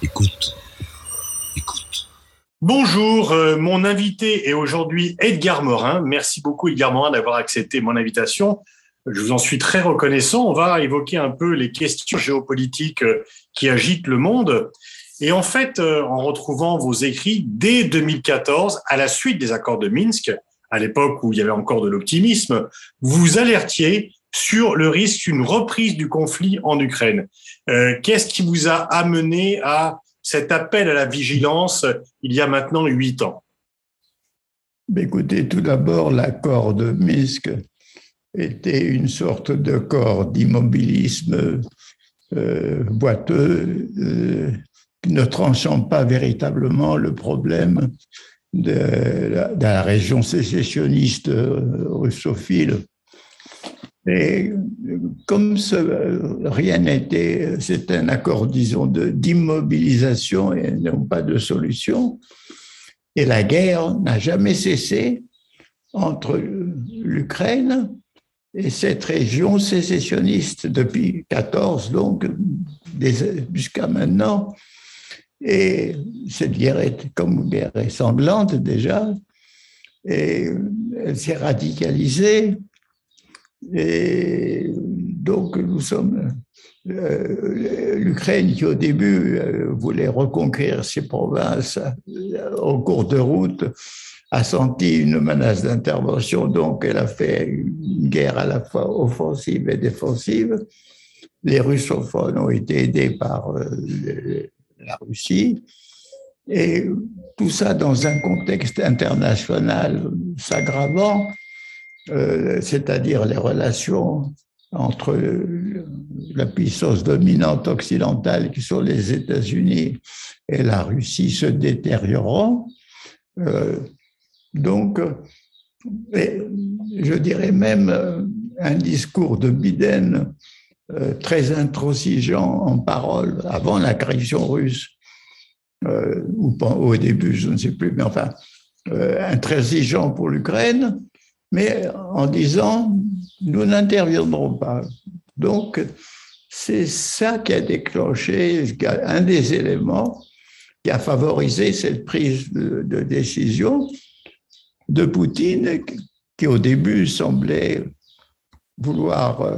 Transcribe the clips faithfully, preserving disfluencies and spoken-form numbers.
Écoute, écoute. Bonjour, euh, mon invité est aujourd'hui Edgar Morin. Merci beaucoup Edgar Morin d'avoir accepté mon invitation. Je vous en suis très reconnaissant. On va évoquer un peu les questions géopolitiques euh, qui agitent le monde. Et en fait, euh, en retrouvant vos écrits dès deux mille quatorze, à la suite des accords de Minsk, à l'époque où il y avait encore de l'optimisme, vous alertiez sur le risque d'une reprise du conflit en Ukraine. Euh, qu'est-ce qui vous a amené à cet appel à la vigilance il y a maintenant huit ans? Écoutez, tout d'abord, l'accord de Minsk était une sorte d'accord d'immobilisme euh, boiteux, euh, ne tranchant pas véritablement le problème de la, de la région sécessionniste russophile. Et comme ce, rien n'était, c'était un accord, disons, de, d'immobilisation et non pas de solution. Et la guerre n'a jamais cessé entre l'Ukraine et cette région sécessionniste depuis quatorze, donc jusqu'à maintenant. Et cette guerre est comme une guerre est sanglante déjà, et elle s'est radicalisée. Et donc, nous sommes. Euh, L'Ukraine, qui au début euh, voulait reconquérir ses provinces euh, au cours de route, a senti une menace d'intervention, donc elle a fait une guerre à la fois offensive et défensive. Les russophones ont été aidés par euh, la Russie. Et tout ça dans un contexte international s'aggravant. Euh, c'est-à-dire les relations entre la puissance dominante occidentale qui sont les États-Unis et la Russie se détériorant. Euh, donc, et je dirais même un discours de Biden euh, très intransigeant en parole avant l'agression russe, euh, ou pas, au début, je ne sais plus, mais enfin, euh, intransigeant pour l'Ukraine, mais en disant « nous n'interviendrons pas ». Donc, c'est ça qui a déclenché, un des éléments qui a favorisé cette prise de, de décision de Poutine, qui au début semblait vouloir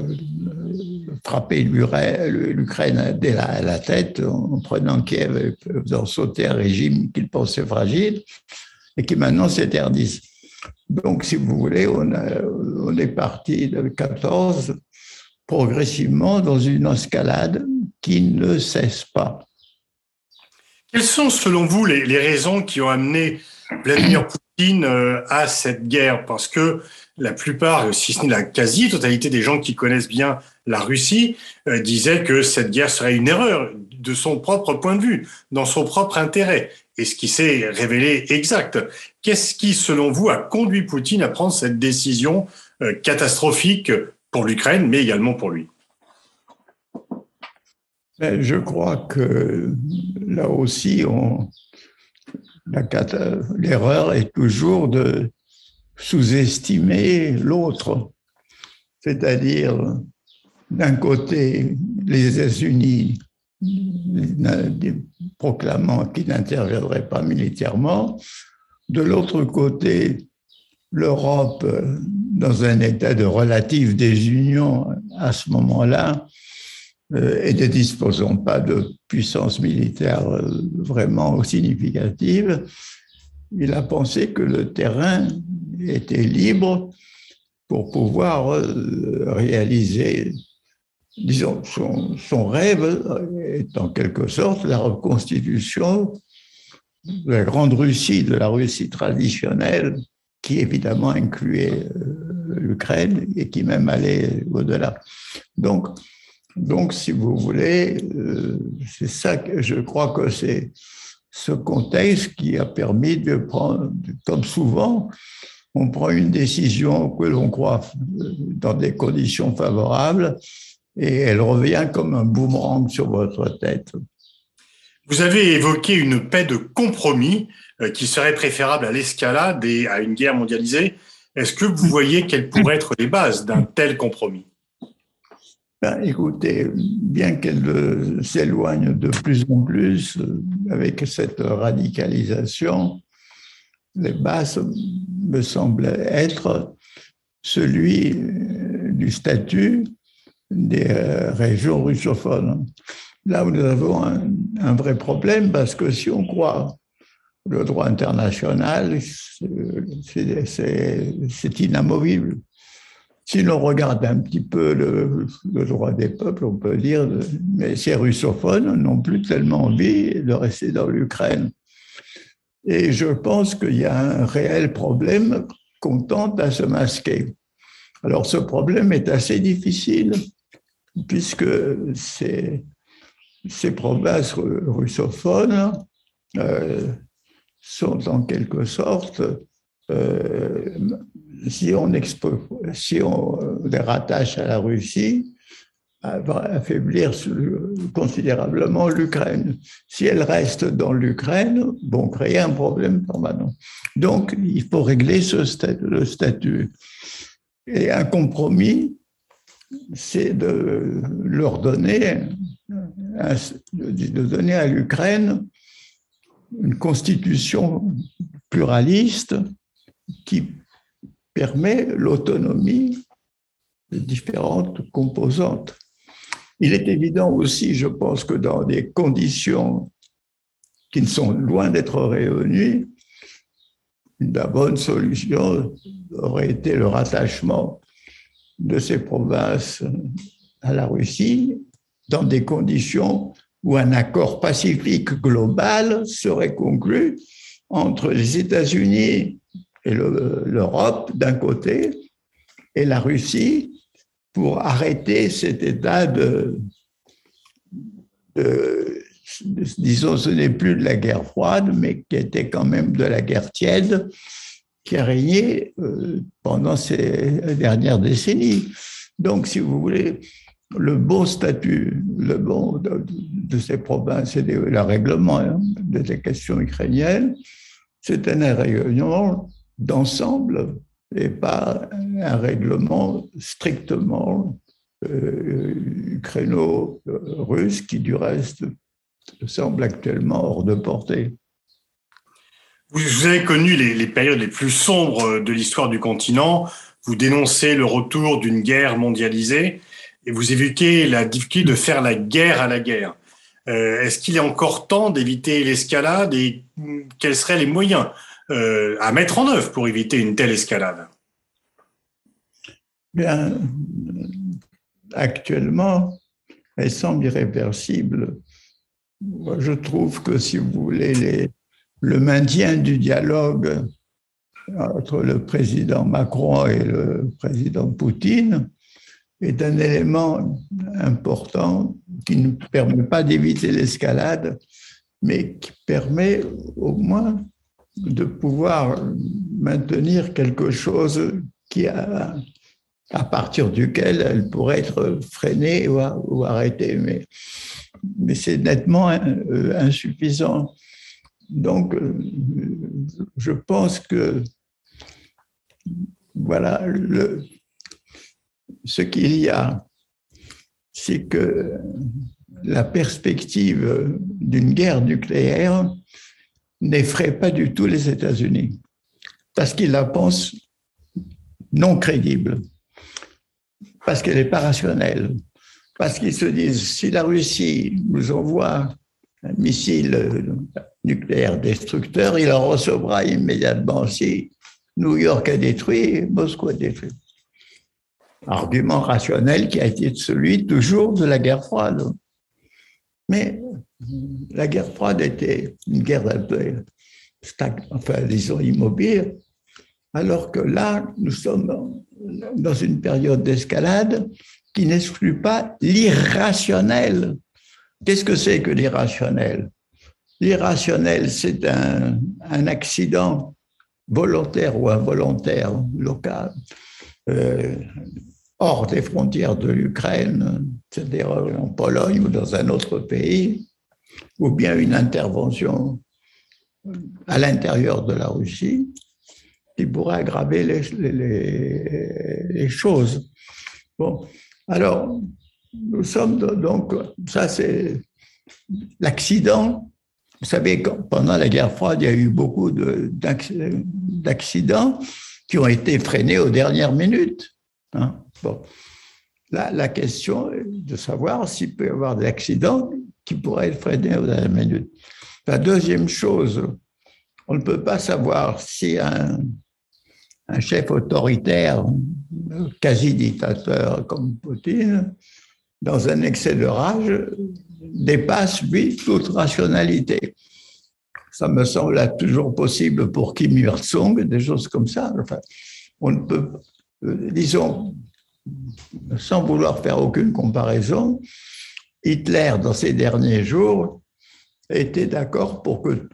frapper l'Ukraine dès la, la tête en prenant Kiev et faisant sauter un régime qu'il pensait fragile, et qui maintenant s'éternise. Donc, si vous voulez, on, a, on est parti de quatorze progressivement dans une escalade qui ne cesse pas. Quelles sont, selon vous, les, les raisons qui ont amené Vladimir Poutine à cette guerre? Parce que la plupart, si ce n'est la quasi-totalité des gens qui connaissent bien la Russie, euh, disaient que cette guerre serait une erreur de son propre point de vue, dans son propre intérêt. Et ce qui s'est révélé exact. Qu'est-ce qui, selon vous, a conduit Poutine à prendre cette décision euh, catastrophique pour l'Ukraine, mais également pour lui? Je crois que là aussi, on, la, l'erreur est toujours de sous-estimer l'autre. C'est-à-dire, d'un côté, les États-Unis proclamant qu'ils n'interviendraient pas militairement, de l'autre côté, l'Europe dans un état de relative désunion à ce moment-là, euh, et ne disposant pas de puissance militaire vraiment significative, il a pensé que le terrain était libre pour pouvoir réaliser, disons, son, son rêve est en quelque sorte la reconstitution de la Grande Russie, de la Russie traditionnelle, qui évidemment incluait l'Ukraine et qui même allait au-delà. Donc, donc, si vous voulez, c'est ça que je crois que c'est ce contexte qui a permis de prendre, comme souvent, on prend une décision que l'on croit dans des conditions favorables et elle revient comme un boomerang sur votre tête. Vous avez évoqué une paix de compromis qui serait préférable à l'escalade et à une guerre mondialisée. Est-ce que vous voyez quelles pourraient être les bases d'un tel compromis? Ben, écoutez, bien qu'elle s'éloigne de plus en plus avec cette radicalisation, les bases me semblent être celui du statut des régions russophones. Là où nous avons un, un vrai problème, parce que si on croit le droit international, c'est, c'est, c'est inamovible. Si l'on regarde un petit peu le, le droit des peuples, on peut dire mais ces russophones n'ont plus tellement envie de rester dans l'Ukraine. Et je pense qu'il y a un réel problème qu'on tente à se masquer. Alors ce problème est assez difficile, puisque ces, ces provinces russophones euh, sont en quelque sorte, euh, si on, expo, si on les rattache à la Russie, va affaiblir considérablement l'Ukraine. Si elle reste dans l'Ukraine, bon, créer un problème permanent. Donc, il faut régler ce statut, le statut. Et un compromis, c'est de leur donner, de donner à l'Ukraine une constitution pluraliste qui permet l'autonomie de différentes composantes. Il est évident aussi, je pense, que dans des conditions qui ne sont loin d'être réunies, la bonne solution aurait été le rattachement de ces provinces à la Russie dans des conditions où un accord pacifique global serait conclu entre les États-Unis et le, l'Europe d'un côté et la Russie pour arrêter cet état de, de, de, disons, ce n'est plus de la guerre froide, mais qui était quand même de la guerre tiède qui a régné euh, pendant ces dernières décennies. Donc, si vous voulez, le beau statut, le bon de, de ces provinces et de, le règlement hein, de ces questions ukrainiennes, c'est un règlement d'ensemble et pas un règlement strictement euh, ukraino-russe qui, du reste, semble actuellement hors de portée. Vous avez connu les, les périodes les plus sombres de l'histoire du continent. Vous dénoncez le retour d'une guerre mondialisée et vous évoquez la difficulté de faire la guerre à la guerre. Euh, est-ce qu'il est encore temps d'éviter l'escalade et quels seraient les moyens euh, à mettre en œuvre pour éviter une telle escalade? Bien, actuellement, elle semble irréversible. Moi, je trouve que, si vous voulez, les, le maintien du dialogue entre le président Macron et le président Poutine est un élément important qui ne permet pas d'éviter l'escalade, mais qui permet au moins de pouvoir maintenir quelque chose qui a, à partir duquel elle pourrait être freinée ou, ou arrêtée. Mais, mais c'est nettement insuffisant. Donc, je pense que, voilà, le, ce qu'il y a, c'est que la perspective d'une guerre nucléaire n'effraie pas du tout les États-Unis, parce qu'ils la pensent non crédible, parce qu'elle n'est pas rationnelle, parce qu'ils se disent, si la Russie nous envoie un missile nucléaire destructeur, il en recevra immédiatement. Si New York a détruit, Moscou a détruit. Argument rationnel qui a été celui toujours de la guerre froide. Mais la guerre froide était une guerre un peu, enfin, disons, immobile, alors que là, nous sommes dans une période d'escalade qui n'exclut pas l'irrationnel. Qu'est-ce que c'est que l'irrationnel? L'irrationnel, c'est un, un accident volontaire ou involontaire local, euh, hors des frontières de l'Ukraine, c'est-à-dire en Pologne ou dans un autre pays, ou bien une intervention à l'intérieur de la Russie qui pourrait aggraver les, les, les choses. Bon, alors, nous sommes donc, ça c'est l'accident. Vous savez, pendant la guerre froide, il y a eu beaucoup de, d'accidents qui ont été freinés aux dernières minutes. Hein. Bon. Là, la question est de savoir s'il peut y avoir des accidents qui pourraient être freinés aux dernières minutes. La deuxième chose, on ne peut pas savoir si un, un chef autoritaire, quasi dictateur comme Poutine, dans un excès de rage, dépasse, lui, toute rationalité. Ça me semble être toujours possible pour Kim Il-sung, des choses comme ça. Enfin, on ne peut, euh, disons, sans vouloir faire aucune comparaison, Hitler, dans ses derniers jours, était d'accord pour que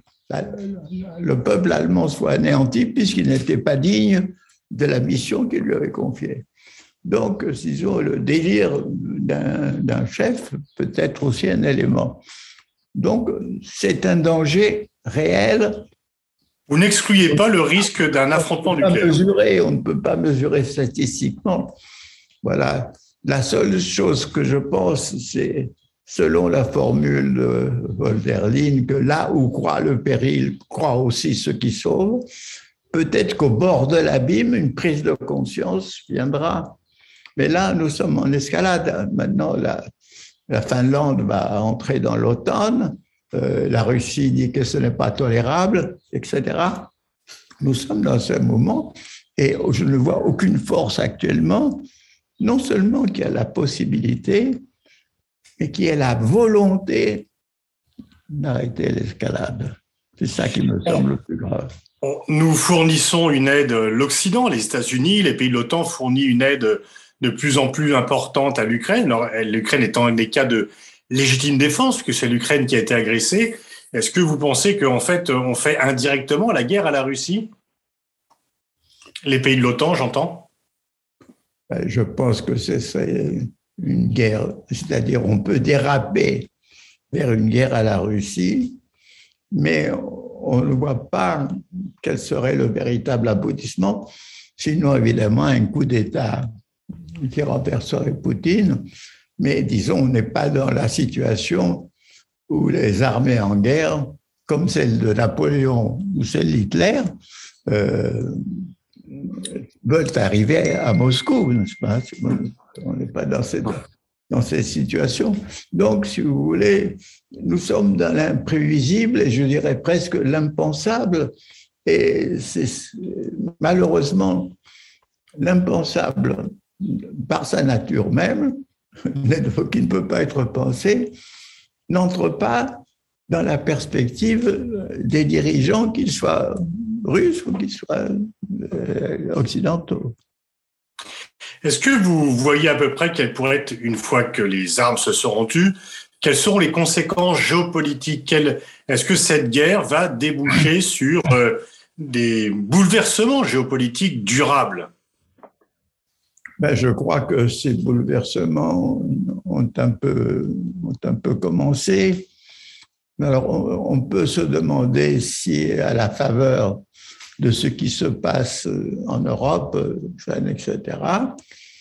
le peuple allemand soit anéanti puisqu'il n'était pas digne de la mission qu'il lui avait confiée. Donc, disons, le délire d'un, d'un chef peut être aussi un élément. Donc, c'est un danger réel. Vous n'excluez pas le risque d'un affrontement nucléaire. Mesurer, on ne peut pas mesurer statistiquement. Voilà. La seule chose que je pense, c'est, selon la formule de Hölderlin, que là où croit le péril, croit aussi ceux qui sauvent. Peut-être qu'au bord de l'abîme, une prise de conscience viendra. Mais là, nous sommes en escalade. Maintenant, la, la Finlande va entrer dans l'OTAN. Euh, la Russie dit que ce n'est pas tolérable, et cetera. Nous sommes dans ce moment et je ne vois aucune force actuellement, non seulement qui a la possibilité, mais qui a la volonté d'arrêter l'escalade. C'est ça qui me semble le plus grave. Nous fournissons une aide, l'Occident, les États-Unis, les pays de l'OTAN fournissent une aide de plus en plus importante à l'Ukraine. Alors, l'Ukraine étant un des cas de légitime défense, puisque c'est l'Ukraine qui a été agressée. Est-ce que vous pensez qu'en fait, on fait indirectement la guerre à la Russie? Les pays de l'OTAN, j'entends. Je pense que ce serait une guerre, c'est-à-dire on peut déraper vers une guerre à la Russie, mais on ne voit pas quel serait le véritable aboutissement, sinon évidemment un coup d'État qui renverserait Poutine. Mais disons, on n'est pas dans la situation où les armées en guerre, comme celle de Napoléon ou celle d'Hitler, euh, veulent arriver à Moscou, n'est-ce pas? On n'est pas dans cette, dans cette situation. Donc, si vous voulez, nous sommes dans l'imprévisible et je dirais presque l'impensable. Et c'est malheureusement l'impensable par sa nature même, qui ne peut pas être pensé, n'entre pas dans la perspective des dirigeants, qu'ils soient russes ou qu'ils soient euh, occidentaux. Est-ce que vous voyez à peu près quelles pourraient être, une fois que les armes se seront tues, quelles seront les conséquences géopolitiques? Quelle, est-ce que cette guerre va déboucher sur euh, des bouleversements géopolitiques durables? Ben, je crois que ces bouleversements ont un peu, ont un peu commencé. Alors, on, on peut se demander si, à la faveur de ce qui se passe en Europe, et cetera,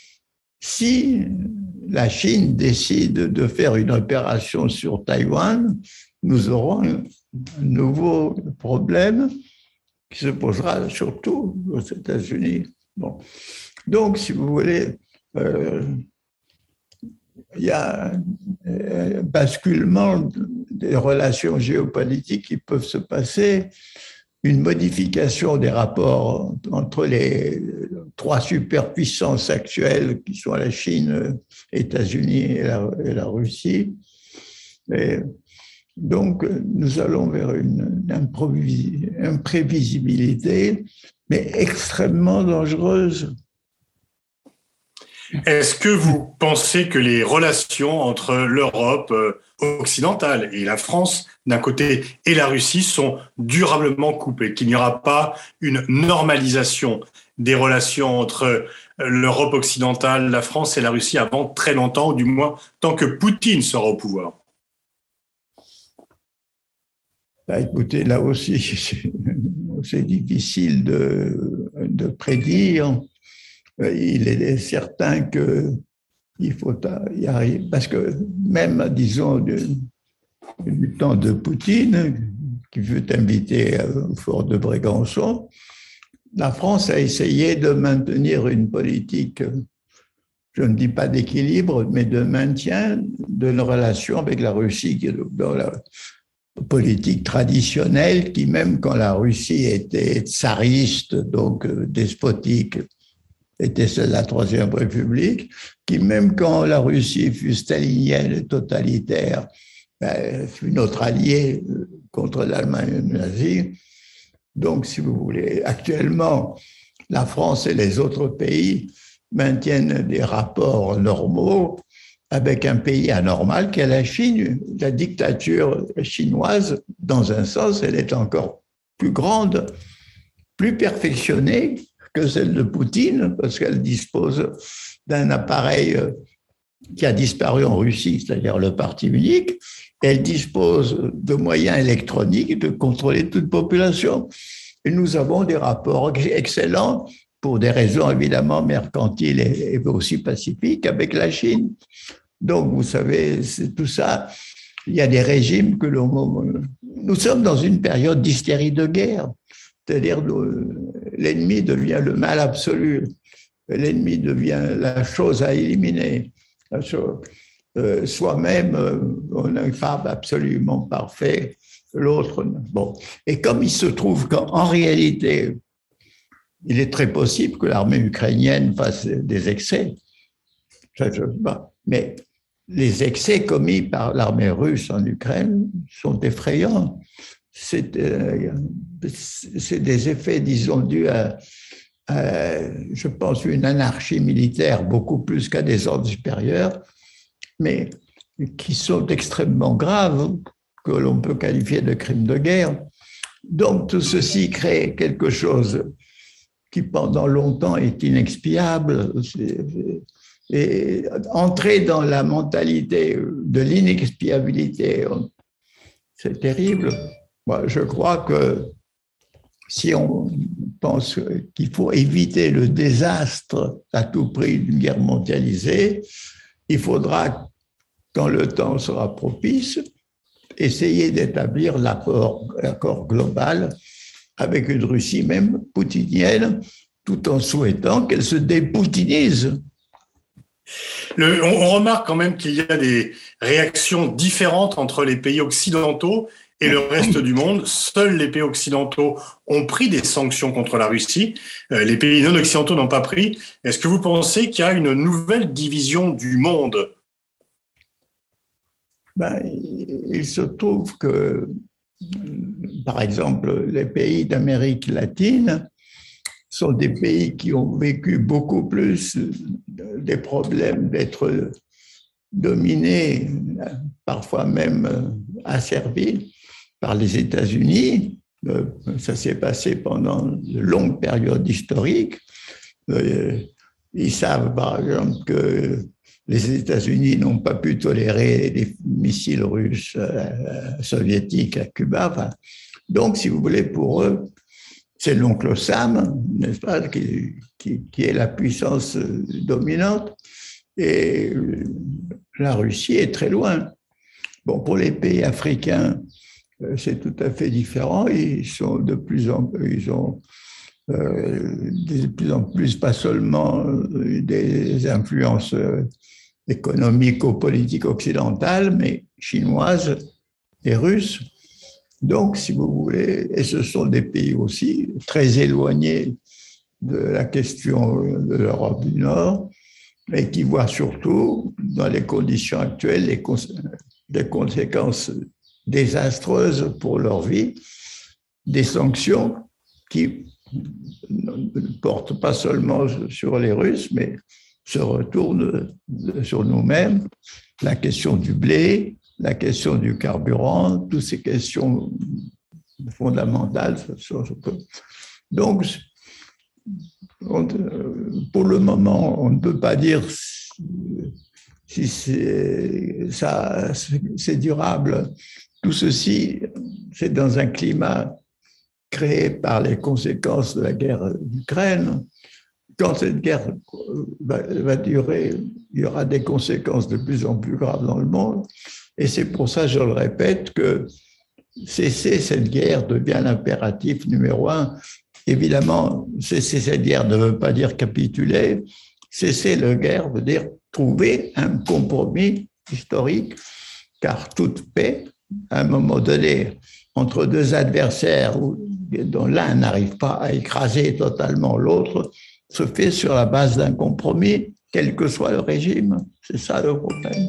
si la Chine décide de faire une opération sur Taïwan, nous aurons un nouveau problème qui se posera surtout aux États-Unis. Bon. Donc, si vous voulez, euh, il y a un basculement des relations géopolitiques qui peuvent se passer, une modification des rapports entre les trois superpuissances actuelles qui sont la Chine, les États-Unis et la, et la Russie. Et donc, nous allons vers une imprévisibilité, mais extrêmement dangereuse. Est-ce que vous pensez que les relations entre l'Europe occidentale et la France, d'un côté, et la Russie sont durablement coupées, qu'il n'y aura pas une normalisation des relations entre l'Europe occidentale, la France et la Russie avant très longtemps, ou du moins tant que Poutine sera au pouvoir? Bah, écoutez, là aussi, c'est difficile de, de prédire. Il est certain que il faut y arriver. Parce que même, disons, du, du temps de Poutine, qui fut invité au fort de Brégançon, la France a essayé de maintenir une politique, je ne dis pas d'équilibre, mais de maintien de nos relations avec la Russie, qui est dans la politique traditionnelle, qui même quand la Russie était tsariste, donc despotique, était celle de la Troisième République, qui même quand la Russie fut stalinienne et totalitaire, ben, fut notre allié contre l'Allemagne nazie. Donc, si vous voulez, actuellement, la France et les autres pays maintiennent des rapports normaux avec un pays anormal qu'est la Chine. La dictature chinoise, dans un sens, elle est encore plus grande, plus perfectionnée que celle de Poutine, parce qu'elle dispose d'un appareil qui a disparu en Russie, c'est-à-dire le parti unique. Elle dispose de moyens électroniques de contrôler toute population. Et nous avons des rapports excellents, pour des raisons évidemment mercantiles et aussi pacifiques, avec la Chine. Donc, vous savez, c'est tout ça. Il y a des régimes que l'on... Nous sommes dans une période d'hystérie de guerre. C'est-à-dire l'ennemi devient le mal absolu. L'ennemi devient la chose à éliminer. Euh, soi-même, euh, on a une femme absolument parfaite, l'autre, bon. Et comme il se trouve qu'en réalité, il est très possible que l'armée ukrainienne fasse des excès, mais les excès commis par l'armée russe en Ukraine sont effrayants. C'est, euh, c'est des effets, disons, dus à, à, je pense, une anarchie militaire beaucoup plus qu'à des ordres supérieurs, mais qui sont extrêmement graves, que l'on peut qualifier de crimes de guerre. Donc, tout ceci crée quelque chose qui, pendant longtemps, est inexpiable. Et entrer dans la mentalité de l'inexpiabilité, c'est terrible. Moi, je crois que si on pense qu'il faut éviter le désastre à tout prix d'une guerre mondialisée, il faudra, quand le temps sera propice, essayer d'établir l'accord, l'accord global avec une Russie même poutinienne, tout en souhaitant qu'elle se dépoutinise. Le, on, on remarque quand même qu'il y a des réactions différentes entre les pays occidentaux et le reste du monde. Seuls les pays occidentaux ont pris des sanctions contre la Russie. Euh, les pays non occidentaux n'ont pas pris. Est-ce que vous pensez qu'il y a une nouvelle division du monde ? Ben, il se trouve que, par exemple, les pays d'Amérique latine sont des pays qui ont vécu beaucoup plus des problèmes d'être dominés, parfois même asservis par les États-Unis. Ça s'est passé pendant de longues périodes historiques. Ils savent, par exemple, que les États-Unis n'ont pas pu tolérer les missiles russes euh, soviétiques à Cuba. Enfin, donc, si vous voulez, pour eux, c'est l'oncle Sam, n'est-ce pas, qui, qui, qui est la puissance dominante. Et la Russie est très loin. Bon, pour les pays africains, c'est tout à fait différent. Ils sont de plus en plus, ils ont euh, de plus en plus, pas seulement des influences économico-politiques occidentales, mais chinoises et russes. Donc, si vous voulez, et ce sont des pays aussi très éloignés de la question de l'Europe du Nord, mais qui voient surtout, dans les conditions actuelles, les cons- des conséquences désastreuses pour leur vie, des sanctions qui ne portent pas seulement sur les Russes, mais se retournent sur nous-mêmes. La question du blé, la question du carburant, toutes ces questions fondamentales. Donc, on, pour le moment, on ne peut pas dire si c'est, ça, c'est durable. Tout ceci, c'est dans un climat créé par les conséquences de la guerre d'Ukraine, quand cette guerre va, va durer, il y aura des conséquences de plus en plus graves dans le monde. Et c'est pour ça, je le répète, que cesser cette guerre devient l'impératif numéro un. Évidemment, cesser cette guerre ne veut pas dire capituler. Cesser la guerre veut dire trouver un compromis historique, car toute paix, à un moment donné, entre deux adversaires dont l'un n'arrive pas à écraser totalement l'autre, se fait sur la base d'un compromis, quel que soit le régime. C'est ça le problème.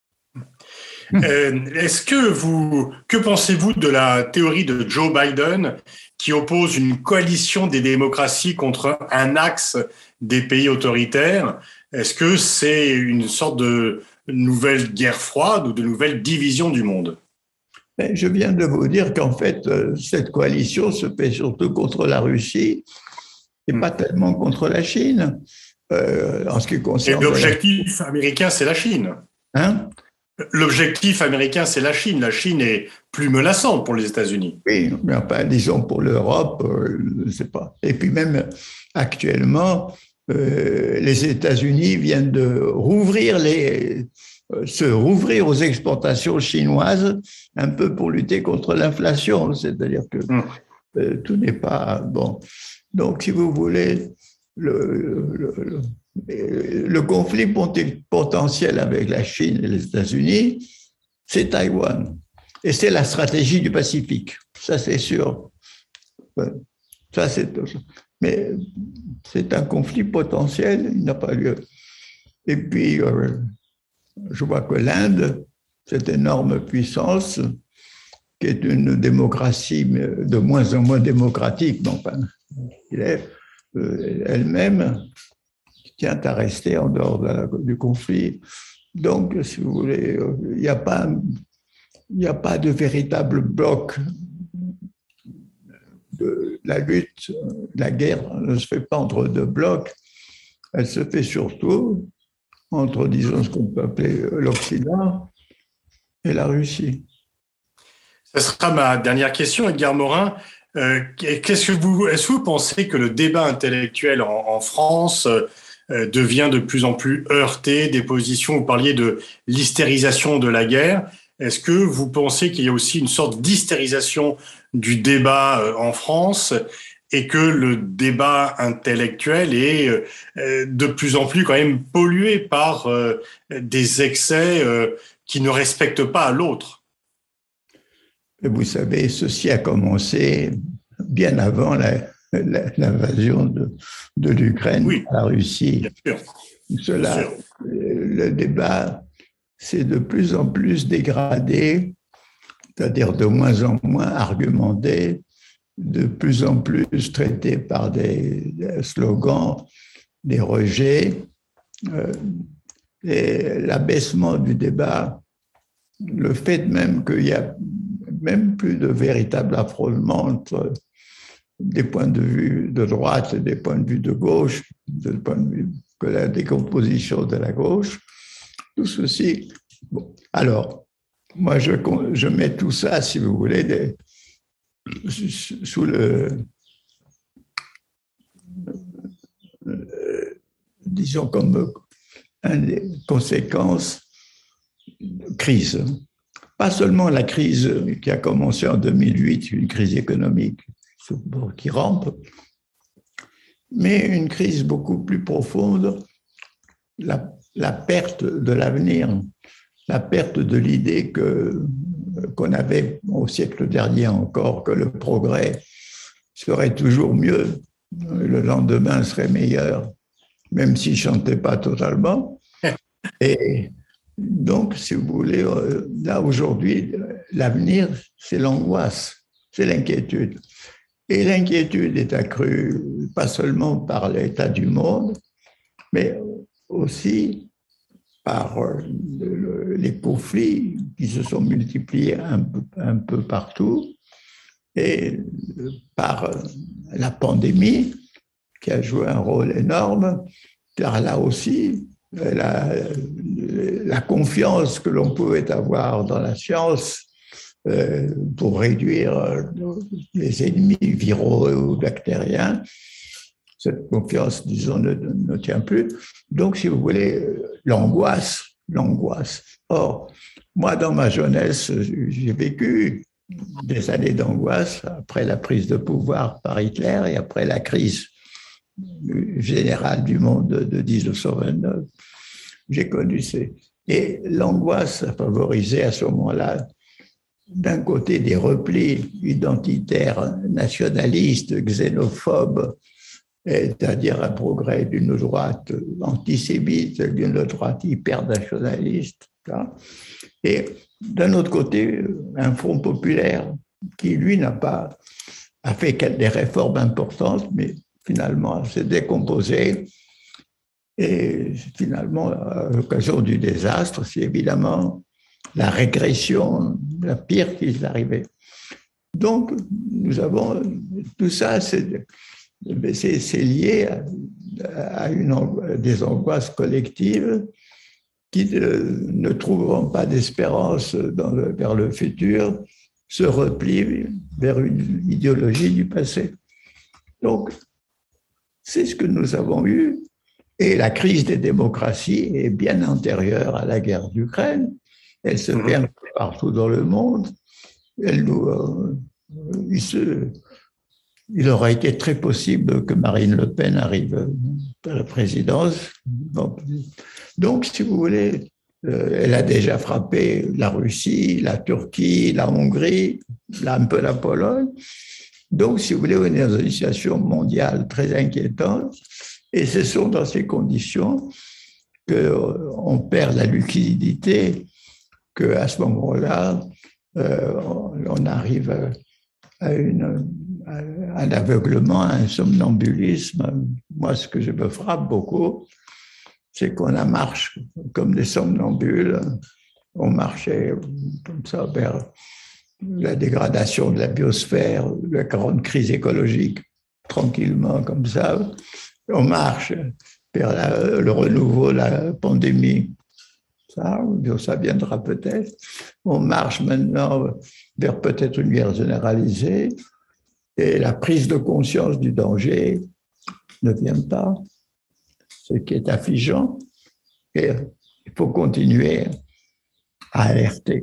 Euh, est-ce que vous, que pensez-vous de la théorie de Joe Biden qui oppose une coalition des démocraties contre un axe des pays autoritaires? Est-ce que c'est une sorte de nouvelle guerre froide ou de nouvelle division du monde? Ben, je viens de vous dire qu'en fait, cette coalition se fait surtout contre la Russie et pas tellement contre la Chine. Euh, en ce qui concerne. Et l'objectif la... américain, c'est la Chine. Hein? L'objectif américain, c'est la Chine. La Chine est plus menaçante pour les États-Unis. Oui, mais enfin, disons pour l'Europe, euh, je ne sais pas. Et puis même actuellement, euh, les États-Unis viennent de rouvrir les, euh, se rouvrir aux exportations chinoises, un peu pour lutter contre l'inflation. C'est-à-dire que hum. euh, tout n'est pas bon. Donc, si vous voulez, le, le, le Le conflit potentiel avec la Chine et les États-Unis, c'est Taïwan. Et c'est la stratégie du Pacifique. Ça, c'est sûr. Ça, c'est... Mais c'est un conflit potentiel, il n'a pas lieu. Et puis, euh, je vois que l'Inde, cette énorme puissance, qui est une démocratie de moins en moins démocratique, mais enfin, il est, euh, elle-même, tient à rester en dehors de la, du conflit. Donc, si vous voulez, il n'y a pas, il n'y a pas de véritable bloc. De la lutte, la guerre ne se fait pas entre deux blocs, elle se fait surtout entre, disons, ce qu'on peut appeler l'Occident et la Russie. Ce sera ma dernière question, Edgar Morin. Euh, qu'est-ce que vous, est-ce que vous pensez que le débat intellectuel en, en France devient de plus en plus heurté, des positions, vous parliez de l'hystérisation de la guerre. Est-ce que vous pensez qu'il y a aussi une sorte d'hystérisation du débat en France et que le débat intellectuel est de plus en plus quand même pollué par des excès qui ne respectent pas l'autre? Vous savez, ceci a commencé bien avant la l'invasion de, de l'Ukraine oui, par la Russie. Bien sûr. Cela, bien sûr. Le débat s'est de plus en plus dégradé, c'est-à-dire de moins en moins argumenté, de plus en plus traité par des, des slogans, des rejets, euh, et l'abaissement du débat, le fait même qu'il n'y a même plus de véritable affrontement entre des points de vue de droite et des points de vue de gauche, du point de vue de la décomposition de la gauche, tout ceci. Bon. Alors, moi, je, je mets tout ça, si vous voulez, des, sous le, euh, disons, comme une des conséquences de crise. Pas seulement la crise qui a commencé en deux mille huit, une crise économique qui rampe, mais une crise beaucoup plus profonde, la, la perte de l'avenir, la perte de l'idée que, qu'on avait au siècle dernier encore, que le progrès serait toujours mieux, le lendemain serait meilleur, même s'il ne chantait pas totalement. Et donc, si vous voulez, là aujourd'hui, l'avenir, c'est l'angoisse, c'est l'inquiétude. Et l'inquiétude est accrue pas seulement par l'état du monde, mais aussi par les conflits qui se sont multipliés un peu, un peu partout et par la pandémie qui a joué un rôle énorme, car là aussi, la, la confiance que l'on pouvait avoir dans la science euh, pour réduire les ennemis viraux ou bactériens cette confiance, disons, ne, ne tient plus. Donc, si vous voulez, l'angoisse, l'angoisse. Or, moi, dans ma jeunesse, j'ai vécu des années d'angoisse après la prise de pouvoir par Hitler et après la crise générale du monde de dix-neuf cent vingt-neuf. J'ai connu ces... Et l'angoisse a favorisé à ce moment-là, d'un côté, des replis identitaires, nationalistes, xénophobes, c'est-à-dire un progrès d'une droite antisémite, d'une droite hyper-nationaliste. Et d'un autre côté, un front populaire qui, lui, n'a pas a fait des réformes importantes, mais finalement s'est décomposé. Et finalement, à l'occasion du désastre, c'est évidemment la régression la pire qui est arrivée. Donc, nous avons tout ça, c'est, c'est, c'est lié à, à une, des angoisses collectives qui ne, ne trouveront pas d'espérance dans le, vers le futur, se replient vers une idéologie du passé. Donc, c'est ce que nous avons eu. Et la crise des démocraties est bien antérieure à la guerre d'Ukraine. Elle se fait partout dans le monde. Elle nous, euh, il, se, il aurait été très possible que Marine Le Pen arrive à la présidence. Donc, donc si vous voulez, euh, elle a déjà frappé la Russie, la Turquie, la Hongrie, là, un peu la Pologne. Donc, si vous voulez, on est dans une situation mondiale très inquiétante. Et ce sont dans ces conditions qu'on perd la lucidité, qu'à ce moment-là, euh, on arrive à, une, à un aveuglement, à un somnambulisme. Moi, ce que je me frappe beaucoup, c'est qu'on a marché comme des somnambules. On marchait comme ça vers la dégradation de la biosphère, la grande crise écologique, tranquillement comme ça. On marche vers la, le renouveau, la pandémie. Ça, ça viendra peut-être. On marche maintenant vers peut-être une guerre généralisée et la prise de conscience du danger ne vient pas, ce qui est affligeant. Et il faut continuer à alerter.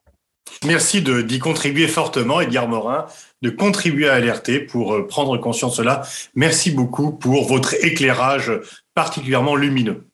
Merci de, d'y contribuer fortement, Edgar Morin, de contribuer à alerter pour prendre conscience de cela. Merci beaucoup pour votre éclairage particulièrement lumineux.